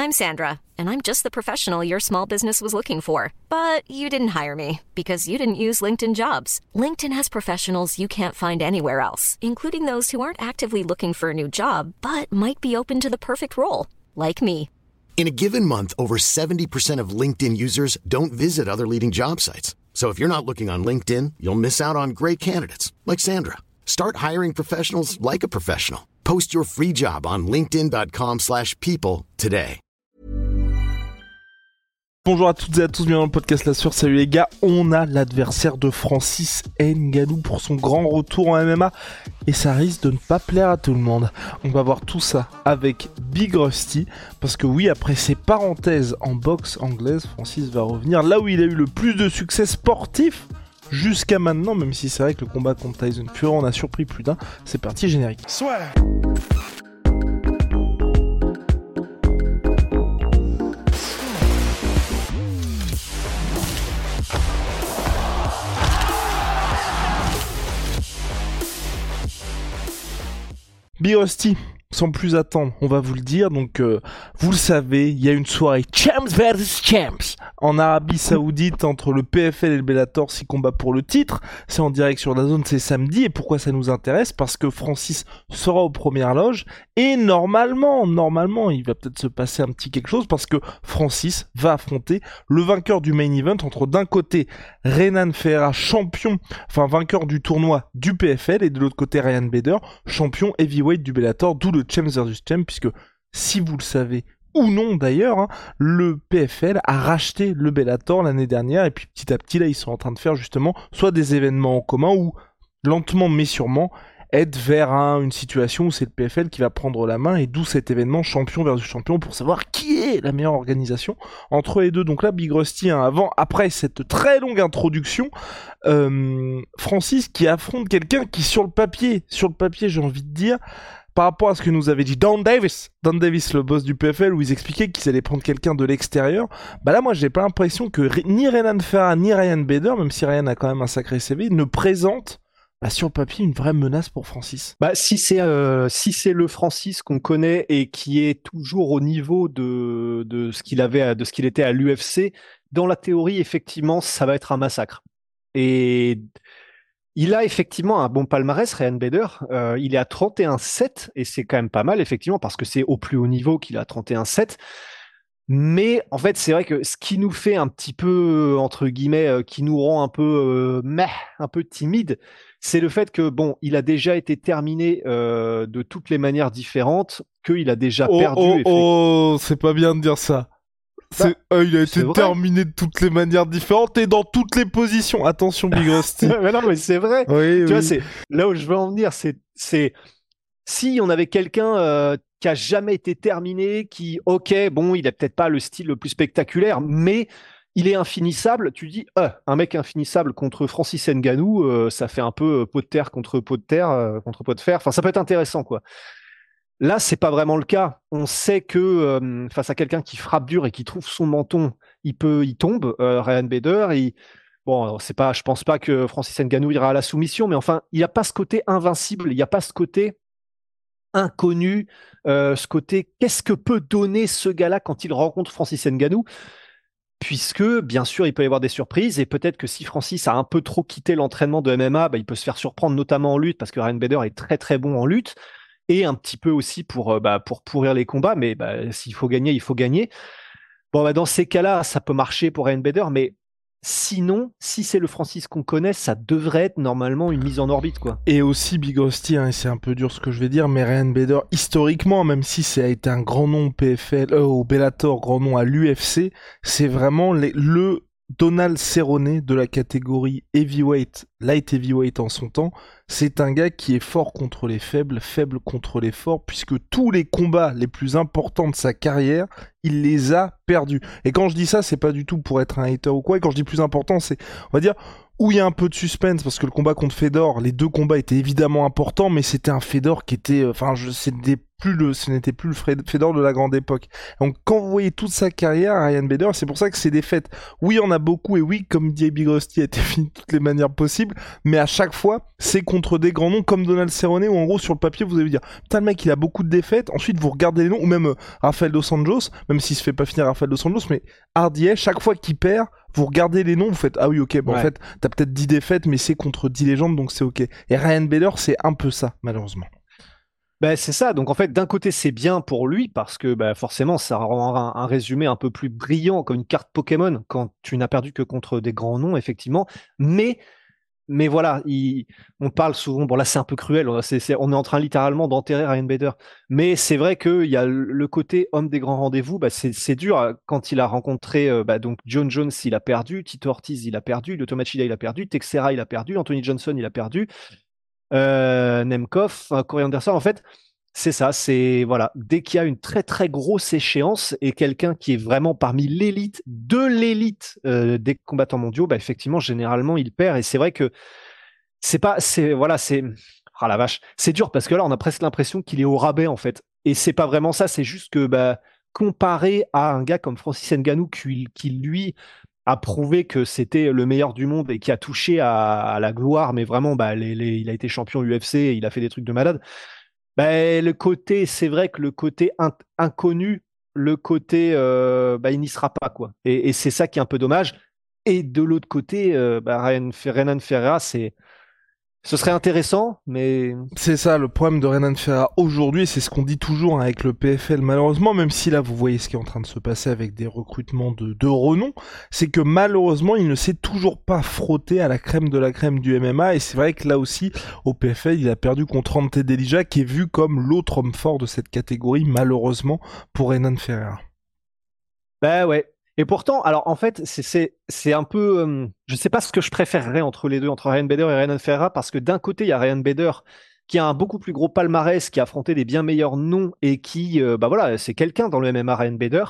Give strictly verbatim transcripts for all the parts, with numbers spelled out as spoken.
I'm Sandra, and I'm just the professional your small business was looking for. But you didn't hire me because you didn't use LinkedIn Jobs. LinkedIn has professionals you can't find anywhere else, including those who aren't actively looking for a new job, but might be open to the perfect role, like me. In a given month, over seventy percent of LinkedIn users don't visit other leading job sites. So if you're not looking on LinkedIn, you'll miss out on great candidates like Sandra. Start hiring professionals like a professional. Post your free job on linkedin.com slash people today. Bonjour à toutes et à tous, bienvenue dans le podcast La Sueur. Salut les gars, on a l'adversaire de Francis Ngannou pour son grand retour en M M A et ça risque de ne pas plaire à tout le monde. On va voir tout ça avec Big Rusty parce que oui, après ses parenthèses en boxe anglaise, Francis va revenir là où il a eu le plus de succès sportif jusqu'à maintenant, même si c'est vrai que le combat contre Tyson Fury en a surpris plus d'un. C'est parti, générique. Soit. Big Rusty, sans plus attendre, on va vous le dire, donc euh, vous le savez, il y a une soirée Champs versus Champs en Arabie Saoudite entre le P F L et le Bellator, six combats pour le titre, c'est en direct sur la zone, c'est samedi, et pourquoi ça nous intéresse? Parce que Francis sera aux premières loges, et normalement, normalement, il va peut-être se passer un petit quelque chose, parce que Francis va affronter le vainqueur du main event, entre d'un côté Renan Ferreira, champion, enfin vainqueur du tournoi du P F L, et de l'autre côté Ryan Bader, champion heavyweight du Bellator, d'où le Champs versus Champs, puisque si vous le savez ou non d'ailleurs, hein, le P F L a racheté le Bellator l'année dernière, et puis petit à petit là ils sont en train de faire justement soit des événements en commun ou lentement mais sûrement être vers hein, une situation où c'est le P F L qui va prendre la main, et d'où cet événement champion versus champion pour savoir qui est la meilleure organisation entre les deux. Donc là Big Rusty, hein, avant, après cette très longue introduction, euh, Francis qui affronte quelqu'un qui sur le papier, sur le papier j'ai envie de dire, par rapport à ce que nous avait dit Don Davis, Don Davis, le boss du P F L, où ils expliquaient qu'ils allaient prendre quelqu'un de l'extérieur, bah là, moi, j'ai pas l'impression que ni Renan Ferreira, ni Ryan Bader, même si Ryan a quand même un sacré C V, ne présentent, bah, sur le papier, une vraie menace pour Francis. Bah, si c'est, euh, si c'est le Francis qu'on connaît et qui est toujours au niveau de, de ce qu'il avait, de ce qu'il était à l'U F C, dans la théorie, effectivement, ça va être un massacre. Et, il a effectivement un bon palmarès, Ryan Bader. Euh, il est à trente et un sept, et c'est quand même pas mal, effectivement, parce que c'est au plus haut niveau qu'il a trente et un sept. Mais en fait, c'est vrai que ce qui nous fait un petit peu, entre guillemets, euh, qui nous rend un peu, euh, meh, un peu timide, c'est le fait que, bon, il a déjà été terminé euh, de toutes les manières différentes, qu'il a déjà oh, perdu. Oh, effect- oh, c'est pas bien de dire ça. C'est, Bah, euh, il a c'est été vrai. terminé de toutes les manières différentes et dans toutes les positions. Attention, Big Rusty. mais non, mais c'est vrai. Oui, Tu oui. vois, c'est là où je veux en venir, c'est, c'est si on avait quelqu'un euh, qui a jamais été terminé, qui, ok, bon, il a peut-être pas le style le plus spectaculaire, mais il est infinissable. Tu dis, euh, un mec infinissable contre Francis Ngannou, euh, ça fait un peu euh, pot de terre contre pot de terre euh, contre pot de fer. Enfin, ça peut être intéressant, quoi. Là, c'est pas vraiment le cas. On sait que euh, face à quelqu'un qui frappe dur et qui trouve son menton, il peut, il tombe. Euh, Ryan Bader, il Bon, alors, c'est pas, je pense pas que Francis Ngannou ira à la soumission, mais enfin, il n'y a pas ce côté invincible, il n'y a pas ce côté inconnu, euh, ce côté qu'est-ce que peut donner ce gars-là quand il rencontre Francis Ngannou, puisque bien sûr il peut y avoir des surprises, et peut-être que si Francis a un peu trop quitté l'entraînement de M M A, bah, il peut se faire surprendre notamment en lutte, parce que Ryan Bader est très très bon en lutte, et un petit peu aussi pour, euh, bah, pour pourrir les combats, mais bah, s'il faut gagner, il faut gagner. Bon, bah, dans ces cas-là, ça peut marcher pour Ryan Bader, mais sinon, si c'est le Francis qu'on connaît, ça devrait être normalement une mise en orbite, quoi. Et aussi Big Rusty, hein, et c'est un peu dur ce que je vais dire, mais Ryan Bader, historiquement, même si ça a été un grand nom au P F L, euh, au Bellator, grand nom à l'U F C, c'est vraiment les, le Donald Cerrone de la catégorie heavyweight, light heavyweight en son temps. C'est un gars qui est fort contre les faibles, faible contre les forts, puisque tous les combats les plus importants de sa carrière, il les a perdus. Et quand je dis ça, c'est pas du tout pour être un hater ou quoi, et quand je dis plus important, c'est, on va dire, où il y a un peu de suspense parce que le combat contre Fedor, les deux combats étaient évidemment importants, mais c'était un Fedor qui était, enfin, je, c'était plus le, ce n'était plus le Fedor de la grande époque. Donc, quand vous voyez toute sa carrière, Ryan Bader, c'est pour ça que ces défaites, oui, il y en a beaucoup, et oui, comme dit Big Rusty, a été fini de toutes les manières possibles, mais à chaque fois, c'est contre des grands noms comme Donald Cerrone, où en gros, sur le papier, vous allez vous dire, putain, le mec, il a beaucoup de défaites, ensuite, vous regardez les noms, ou même euh, Rafael Dos Anjos, même s'il se fait pas finir Rafael Dos Anjos, mais Hardy, chaque fois qu'il perd, vous regardez les noms, vous faites, ah oui, ok, bon, ouais. En fait, t'as peut-être dix défaites, mais c'est contre dix légendes, donc c'est ok. Et Ryan Bader, c'est un peu ça, malheureusement. Ben, c'est ça. Donc en fait, d'un côté, c'est bien pour lui parce que ben, forcément, ça rend un, un résumé un peu plus brillant comme une carte Pokémon quand tu n'as perdu que contre des grands noms, effectivement. Mais mais voilà, il, on parle souvent. Bon là, c'est un peu cruel. C'est, c'est, on est en train littéralement d'enterrer Ryan Bader. Mais c'est vrai qu'il y a le côté homme des grands rendez-vous. Ben, c'est, c'est dur quand il a rencontré euh, ben, donc John Jones, il a perdu. Tito Ortiz, il a perdu. Lyoto Machida, il a perdu. Texera, il a perdu. Anthony Johnson, il a perdu. Euh, Nemkov, Corey Anderson, en fait, c'est ça, c'est voilà, dès qu'il y a une très très grosse échéance et quelqu'un qui est vraiment parmi l'élite de l'élite euh, des combattants mondiaux, bah effectivement, généralement, il perd. Et c'est vrai que c'est pas, c'est voilà, c'est ah la vache, c'est dur parce que là, on a presque l'impression qu'il est au rabais en fait. Et c'est pas vraiment ça, c'est juste que bah comparé à un gars comme Francis Ngannou qui, qui lui a prouvé que c'était le meilleur du monde et qui a touché à, à la gloire, mais vraiment, bah, les, les, il a été champion U F C, et il a fait des trucs de malade. Bah, le côté, c'est vrai que le côté in, inconnu, le côté, euh, bah, il n'y sera pas, quoi. Et, et c'est ça qui est un peu dommage. Et de l'autre côté, euh, bah, Ryan, Renan Ferreira, c'est, ce serait intéressant, mais... C'est ça, le problème de Renan Ferreira aujourd'hui, c'est ce qu'on dit toujours hein, avec le P F L, malheureusement, même si là, vous voyez ce qui est en train de se passer avec des recrutements de, de renom, c'est que malheureusement, il ne s'est toujours pas frotté à la crème de la crème du M M A, et c'est vrai que là aussi, au P F L, il a perdu contre Ante Delija, qui est vu comme l'autre homme fort de cette catégorie, malheureusement, pour Renan Ferreira. Bah ouais. Et pourtant, alors en fait, c'est c'est c'est un peu, euh, je sais pas ce que je préférerais entre les deux, entre Ryan Bader et Renan Ferreira, parce que d'un côté il y a Ryan Bader qui a un beaucoup plus gros palmarès, qui a affronté des bien meilleurs noms et qui, euh, bah voilà, c'est quelqu'un dans le M M A, Ryan Bader,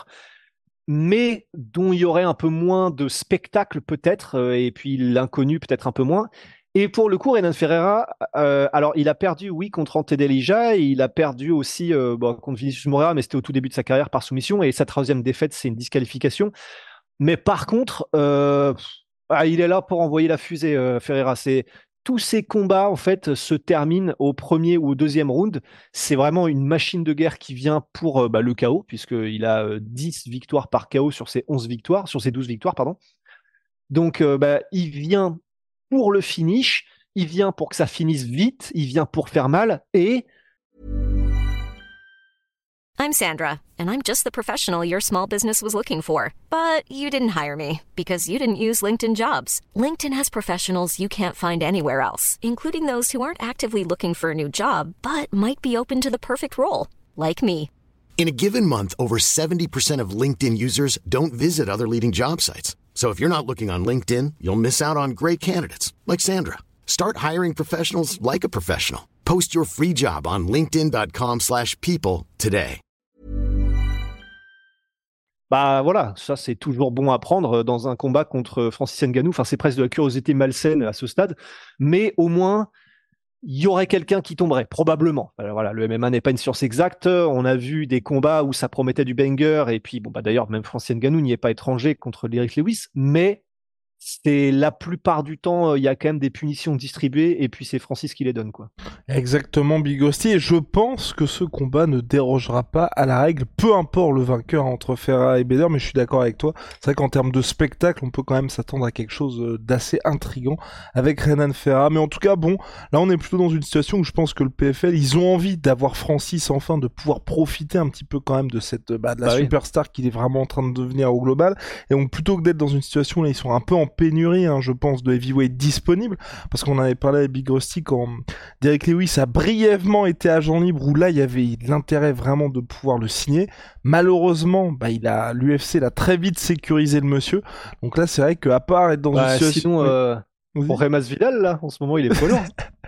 mais dont il y aurait un peu moins de spectacle peut-être, euh, et puis l'inconnu peut-être un peu moins. Et pour le coup, Renan Ferreira, euh, alors il a perdu, oui, contre Ante Delija, et il a perdu aussi euh, bon, contre Vinicius Moreira, mais c'était au tout début de sa carrière par soumission, et sa troisième défaite, c'est une disqualification. Mais par contre, euh, ah, il est là pour envoyer la fusée, euh, Ferreira. C'est, tous ses combats, en fait, se terminent au premier ou au deuxième round. C'est vraiment une machine de guerre qui vient pour euh, bah, le K O, puisqu'il a euh, dix victoires par K O sur ses onze victoires, sur ses douze victoires, pardon. Donc, euh, bah, il vient pour le finish, il vient pour que ça finisse vite, il vient pour faire mal, et... I'm Sandra, and I'm just the professional your small business was looking for. But you didn't hire me, because you didn't use LinkedIn Jobs. LinkedIn has professionals you can't find anywhere else, including those who aren't actively looking for a new job, but might be open to the perfect role, like me. In a given month, over seventy percent of LinkedIn users don't visit other leading job sites. So if you're not looking on LinkedIn, you'll miss out on great candidates like Sandra. Start hiring professionals like a professional. Post your free job on linkedin dot com slash people today. Bah voilà, ça c'est toujours bon à prendre dans un combat contre Francis Ngannou. Enfin, c'est presque de la curiosité malsaine à ce stade, mais au moins il y aurait quelqu'un qui tomberait, probablement. Alors voilà, le M M A n'est pas une science exacte. On a vu des combats où ça promettait du banger, et puis bon bah d'ailleurs même Francis Ngannou n'y est pas étranger contre Derrick Lewis, mais c'est la plupart du temps, il y a quand même des punitions distribuées, et puis c'est Francis qui les donne, quoi. Exactement, Big Hostie, et je pense que ce combat ne dérogera pas à la règle, peu importe le vainqueur entre Ferreira et Bader, mais je suis d'accord avec toi, c'est vrai qu'en termes de spectacle, on peut quand même s'attendre à quelque chose d'assez intriguant avec Renan Ferreira, mais en tout cas, bon, là on est plutôt dans une situation où je pense que le P F L, ils ont envie d'avoir Francis enfin, de pouvoir profiter un petit peu quand même de cette, bah, de la bah superstar oui. qu'il est vraiment en train de devenir au global, et donc plutôt que d'être dans une situation où là ils sont un peu en pénurie, hein, je pense, de heavyweight disponible, parce qu'on avait parlé avec Big Rusty quand Derrick Lewis a brièvement été agent libre, où là il y avait l'intérêt vraiment de pouvoir le signer. Malheureusement, bah, il a l'U F C l'a très vite sécurisé le monsieur. Donc là, c'est vrai qu'à part être dans bah, une situation, sinon, euh, pour Remas Vidal là, en ce moment, il est pas loin.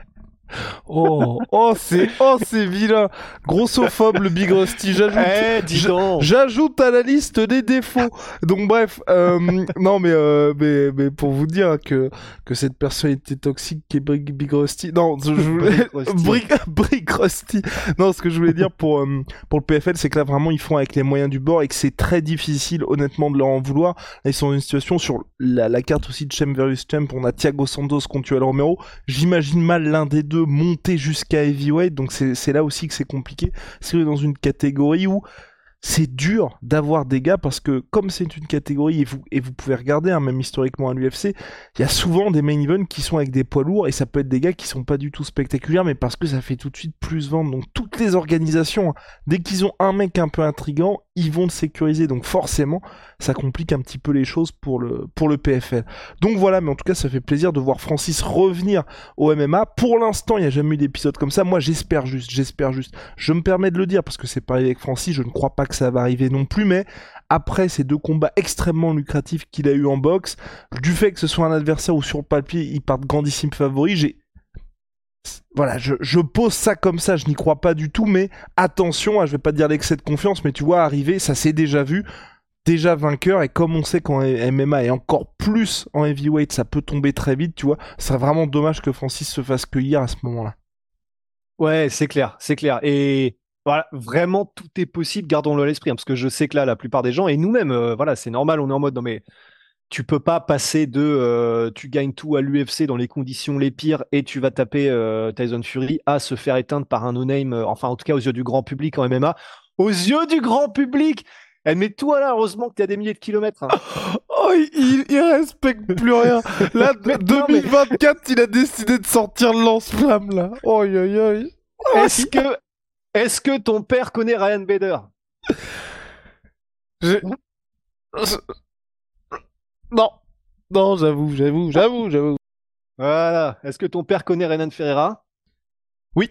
Oh, oh, c'est, oh, c'est vilain. Grossophobe, le Big Rusty. J'ajoute, Eh, dis donc. j'ajoute à la liste des défauts. Donc, bref, euh, non, mais, euh, mais, mais pour vous dire que, que cette personnalité toxique qui est Big, Big Rusty. Non, je, je voulais, Brick, Brick Rusty. Non, ce que je voulais dire pour, euh, pour le P F L, c'est que là, vraiment, ils font avec les moyens du bord et que c'est très difficile, honnêtement, de leur en vouloir. Là, ils sont dans une situation sur la, la carte aussi de Champ versus Champ. On a Thiago Santos contre Yoel Romero. J'imagine mal l'un des deux monter jusqu'à heavyweight, donc c'est, c'est là aussi que c'est compliqué. C'est dans une catégorie où c'est dur d'avoir des gars parce que comme c'est une catégorie, et vous, et vous pouvez regarder, hein, même historiquement à l'U F C, il y a souvent des main events qui sont avec des poids lourds et ça peut être des gars qui sont pas du tout spectaculaires, mais parce que ça fait tout de suite plus vendre. Donc toutes les organisations, hein, dès qu'ils ont un mec un peu intriguant, ils vont le sécuriser. Donc forcément, ça complique un petit peu les choses pour le, pour le P F L. Donc voilà, mais en tout cas, ça fait plaisir de voir Francis revenir au M M A. Pour l'instant, il n'y a jamais eu d'épisode comme ça. Moi, j'espère juste, j'espère juste. Je me permets de le dire parce que c'est pareil avec Francis, je ne crois pas que ça va arriver non plus, mais après ces deux combats extrêmement lucratifs qu'il a eu en boxe, du fait que ce soit un adversaire où sur le papier, il part grandissime favori, j'ai voilà, je, je pose ça comme ça, je n'y crois pas du tout, mais attention, hein, je vais pas te dire l'excès de confiance, mais tu vois, arriver, ça s'est déjà vu, déjà vainqueur, et comme on sait qu'en M M A et encore plus en heavyweight, ça peut tomber très vite, tu vois, ce serait vraiment dommage que Francis se fasse cueillir à ce moment-là. Ouais, c'est clair, c'est clair. Et voilà, vraiment, tout est possible, gardons-le à l'esprit, hein, parce que je sais que là, la plupart des gens, et nous-mêmes, euh, voilà, c'est normal, on est en mode, non mais tu peux pas passer de euh, tu gagnes tout à l'U F C dans les conditions les pires et tu vas taper euh, Tyson Fury à se faire éteindre par un no-name, euh, enfin en tout cas aux yeux du grand public en M M A. Aux yeux du grand public. Eh, mais toi là, heureusement que tu as des milliers de kilomètres. Hein. Oh, il, il respecte plus rien. Là, Mais- deux mille vingt-quatre, il a décidé de sortir le lance-flamme, là. Oh, oi, oi. Est-ce que, est-ce que ton père connaît Ryan Bader? Je... je- Non. Non, j'avoue, j'avoue, j'avoue, j'avoue. Voilà. Est-ce que ton père connaît Renan Ferreira? Oui.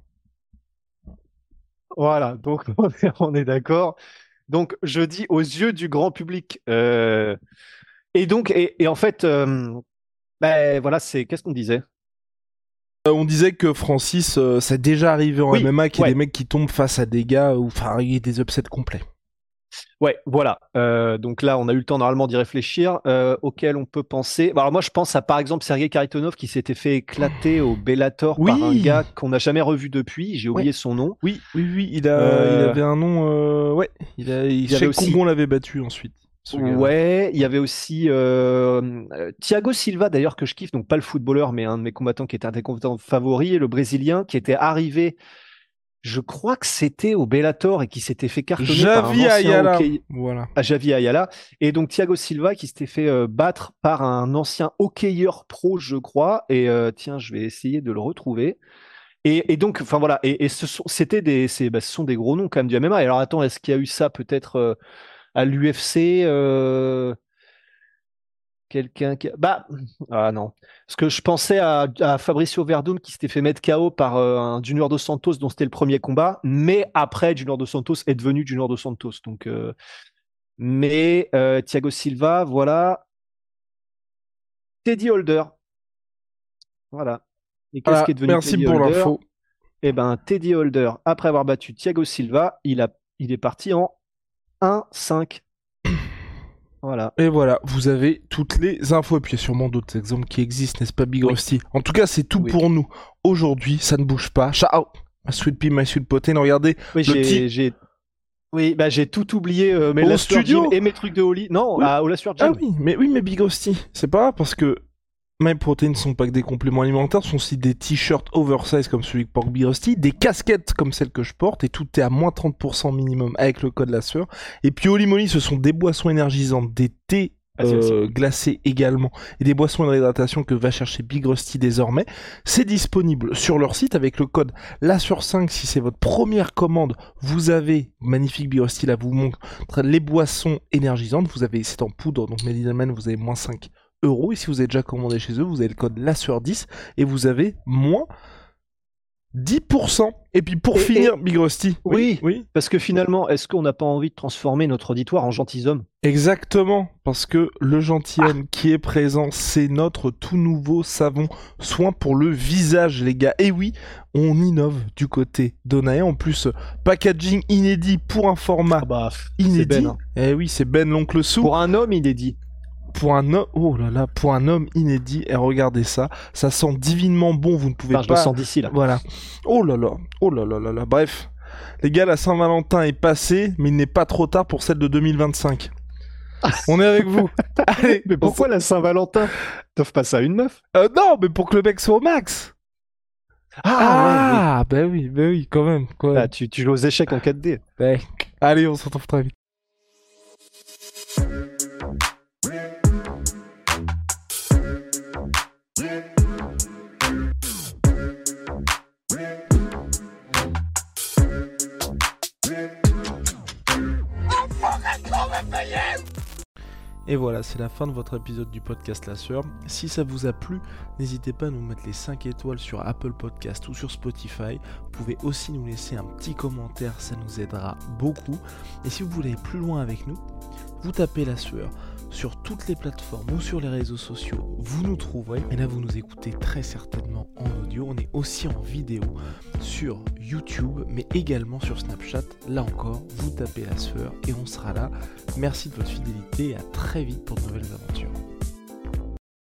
Voilà. Donc on est, on est d'accord. Donc je dis aux yeux du grand public. Euh, Et donc, et, et en fait, euh, ben voilà, c'est qu'est-ce qu'on disait? Euh, on disait que Francis, euh, ça déjà arrivé en Oui, M M A qu'il y a ouais. des mecs qui tombent face à des gars ou enfin il y a des upsets complets. Ouais, voilà. Euh, donc là, on a eu le temps normalement d'y réfléchir. Euh, auquel on peut penser. Bah, alors moi, je pense à par exemple Sergei Kharitonov qui s'était fait éclater au Bellator Oui. par un gars qu'on n'a jamais revu depuis. J'ai oublié Ouais. son nom. Oui, oui, oui, il a, Euh, il avait un nom, euh, ouais, il a, il, y avait chez aussi- Congo, on l'avait battu ensuite. ce gars-là. Ouais, il y avait aussi euh, euh, Thiago Silva d'ailleurs que je kiffe, donc pas le footballeur, mais un de mes combattants qui était un des combattants favoris, et le Brésilien qui était arrivé. Je crois que c'était au Bellator et qui s'était fait cartonner par un Javi ancien Ayala. hockey- Voilà. à Javi Ayala. Et donc Thiago Silva qui s'était fait euh, battre par un ancien hockeyeur pro, je crois. Et euh, tiens, je vais essayer de le retrouver. Et, et donc, enfin voilà, et, et ce sont, c'était des, c'est, bah, ce sont des gros noms quand même du M M A. Et alors attends, est-ce qu'il y a eu ça peut-être euh, à l'U F C euh, quelqu'un qui, bah, ah non, parce que je pensais à, à Fabricio Verdum qui s'était fait mettre K O par euh, un Junior Dos Santos dont c'était le premier combat, mais après Junior Dos Santos est devenu Junior Dos Santos. Donc, euh, mais euh, Thiago Silva, voilà, Teddy Holder, voilà. Et qu'est-ce Voilà, qui est devenu merci Teddy pour Holder? l'info. Eh ben, Teddy Holder, après avoir battu Thiago Silva, il a, il est parti en un cinq. Voilà. Et voilà, vous avez toutes les infos. Et puis il y a sûrement d'autres exemples qui existent, n'est-ce pas, Big Oui. Rusty? En tout cas, c'est tout Oui. pour nous. Aujourd'hui, ça ne bouge pas. Ciao, my sweet pea, my sweet protein. Regardez, Oui, le j'ai, petit- j'ai, oui, bah j'ai tout oublié, euh, mes Au Last Word studio Gym et mes trucs de Oli. Non, Oui. à, au Last Word Ah Gym. oui, mais oui, mais Big Rusty, c'est pas grave parce que My Protein ne sont pas que des compléments alimentaires, ce sont aussi des t-shirts oversize comme celui que porte Big Rusty, des casquettes comme celle que je porte, et tout est à moins trente pour cent minimum avec le code la sueur. Et puis Holy Moly, ce sont des boissons énergisantes, des thés Ah, c'est euh, aussi. glacés également, et des boissons de réhydratation que va chercher Big Rusty désormais. C'est disponible sur leur site avec le code la sueur cinq. Si c'est votre première commande, vous avez, magnifique Big Rusty là vous montre les boissons énergisantes, vous avez, c'est en poudre, donc Medinaman, vous avez moins cinq euros, et si vous avez déjà commandé chez eux, vous avez le code la sueur dix et vous avez moins dix pour cent. Et puis pour Et- finir, Big Rusty. Oui. oui. Parce que finalement, est-ce qu'on n'a pas envie de transformer notre auditoire en gentilshommes? Exactement, parce que le gentilhomme qui est présent, c'est notre tout nouveau savon soin pour le visage, les gars. Et oui, on innove du côté d'Onae. En plus, packaging inédit pour un format Ah bah, c'est inédit. Ben. hein. Eh oui, c'est Ben l'oncle Sou. Pour un homme inédit. Pour un homme, oh là là, pour un homme inédit. Et regardez ça, ça sent divinement bon. Vous ne pouvez Enfin, je le pas. sens d'ici là. Voilà. Oh là là, oh là là là là. Bref, les gars, la Saint-Valentin est passée, mais il n'est pas trop tard pour celle de deux mille vingt-cinq. On est avec vous. Allez, Mais pourquoi la Saint-Valentin? T'offres pas ça à une meuf? Euh, non, mais pour que le mec soit au max. Ah, bah oui, bah oui, quand même. Quand ouais, oui. même. Ah, tu, tu joues aux échecs en quatre D. Ouais. Allez, on se retrouve très vite. Et voilà, c'est la fin de votre épisode du podcast La Sueur. Si ça vous a plu, n'hésitez pas à nous mettre les cinq étoiles sur Apple Podcast ou sur Spotify. Vous pouvez aussi nous laisser un petit commentaire, ça nous aidera beaucoup. Et si vous voulez aller plus loin avec nous, vous tapez La Sueur sur toutes les plateformes ou sur les réseaux sociaux, vous nous trouverez. Et là, vous nous écoutez très certainement en audio. On est aussi en vidéo sur YouTube, mais également sur Snapchat. Là encore, vous tapez La Sueur et on sera là. Merci de votre fidélité et à très vite pour de nouvelles aventures.